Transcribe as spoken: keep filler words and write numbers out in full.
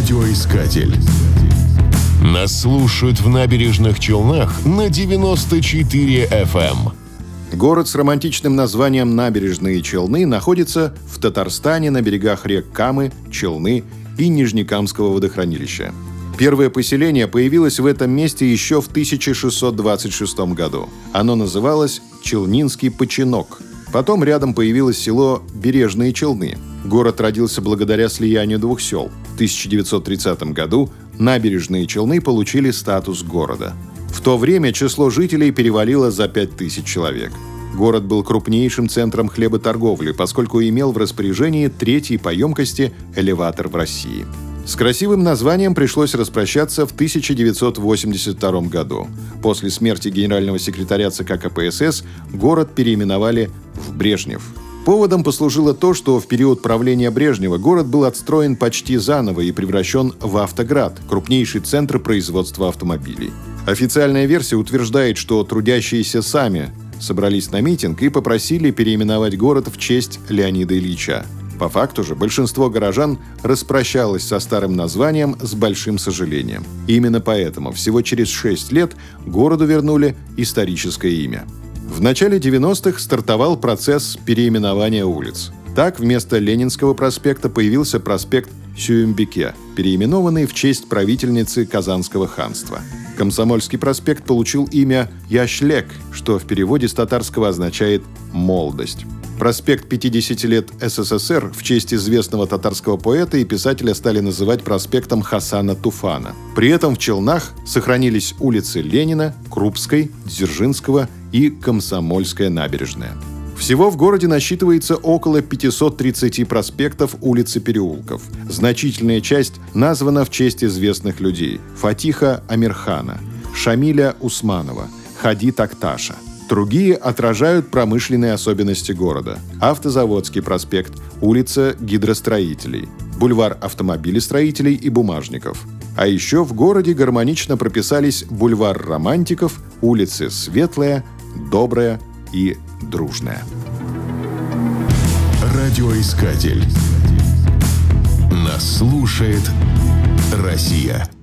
Радиоискатель. Нас слушают в Набережных Челнах на девяносто четыре эф эм. Город с романтичным названием Набережные Челны находится в Татарстане на берегах рек Камы, Челны и Нижнекамского водохранилища. Первое поселение появилось в этом месте еще в тысяча шестьсот двадцать шестом году. Оно называлось Челнинский Починок. Потом рядом появилось село Бережные Челны. Город родился благодаря слиянию двух сел. В тысяча девятьсот тридцатом году Набережные Челны получили статус города. В то время число жителей перевалило за пять тысяч человек. Город был крупнейшим центром хлеботорговли, поскольку имел в распоряжении третий по емкости элеватор в России. С красивым названием пришлось распрощаться в тысяча девятьсот восемьдесят втором году. После смерти генерального секретаря ЦК ка пэ эс эс город переименовали в Брежнев. Поводом послужило то, что в период правления Брежнева город был отстроен почти заново и превращен в Автоград, крупнейший центр производства автомобилей. Официальная версия утверждает, что трудящиеся сами собрались на митинг и попросили переименовать город в честь Леонида Ильича. По факту же большинство горожан распрощалось со старым названием с большим сожалением. И именно поэтому всего через шесть лет городу вернули историческое имя. В начале девяностых стартовал процесс переименования улиц. Так, вместо Ленинского проспекта появился проспект Сюембике, переименованный в честь правительницы Казанского ханства. Комсомольский проспект получил имя Яшлек, что в переводе с татарского означает «молодость». Проспект пятидесяти лет эс эс эс эр в честь известного татарского поэта и писателя стали называть проспектом Хасана Туфана. При этом в Челнах сохранились улицы Ленина, Крупской, Дзержинского и Комсомольская набережная. Всего в городе насчитывается около пятьсот тридцать проспектов, улиц и переулков. Значительная часть названа в честь известных людей: Фатиха Амирхана, Шамиля Усманова, Хади Такташа. Другие отражают промышленные особенности города. Автозаводский проспект, улица Гидростроителей, бульвар автомобилестроителей и бумажников. А еще в городе гармонично прописались бульвар романтиков, улицы Светлая, Добрая и Дружная. Радиоискатель. Нас слушает Россия.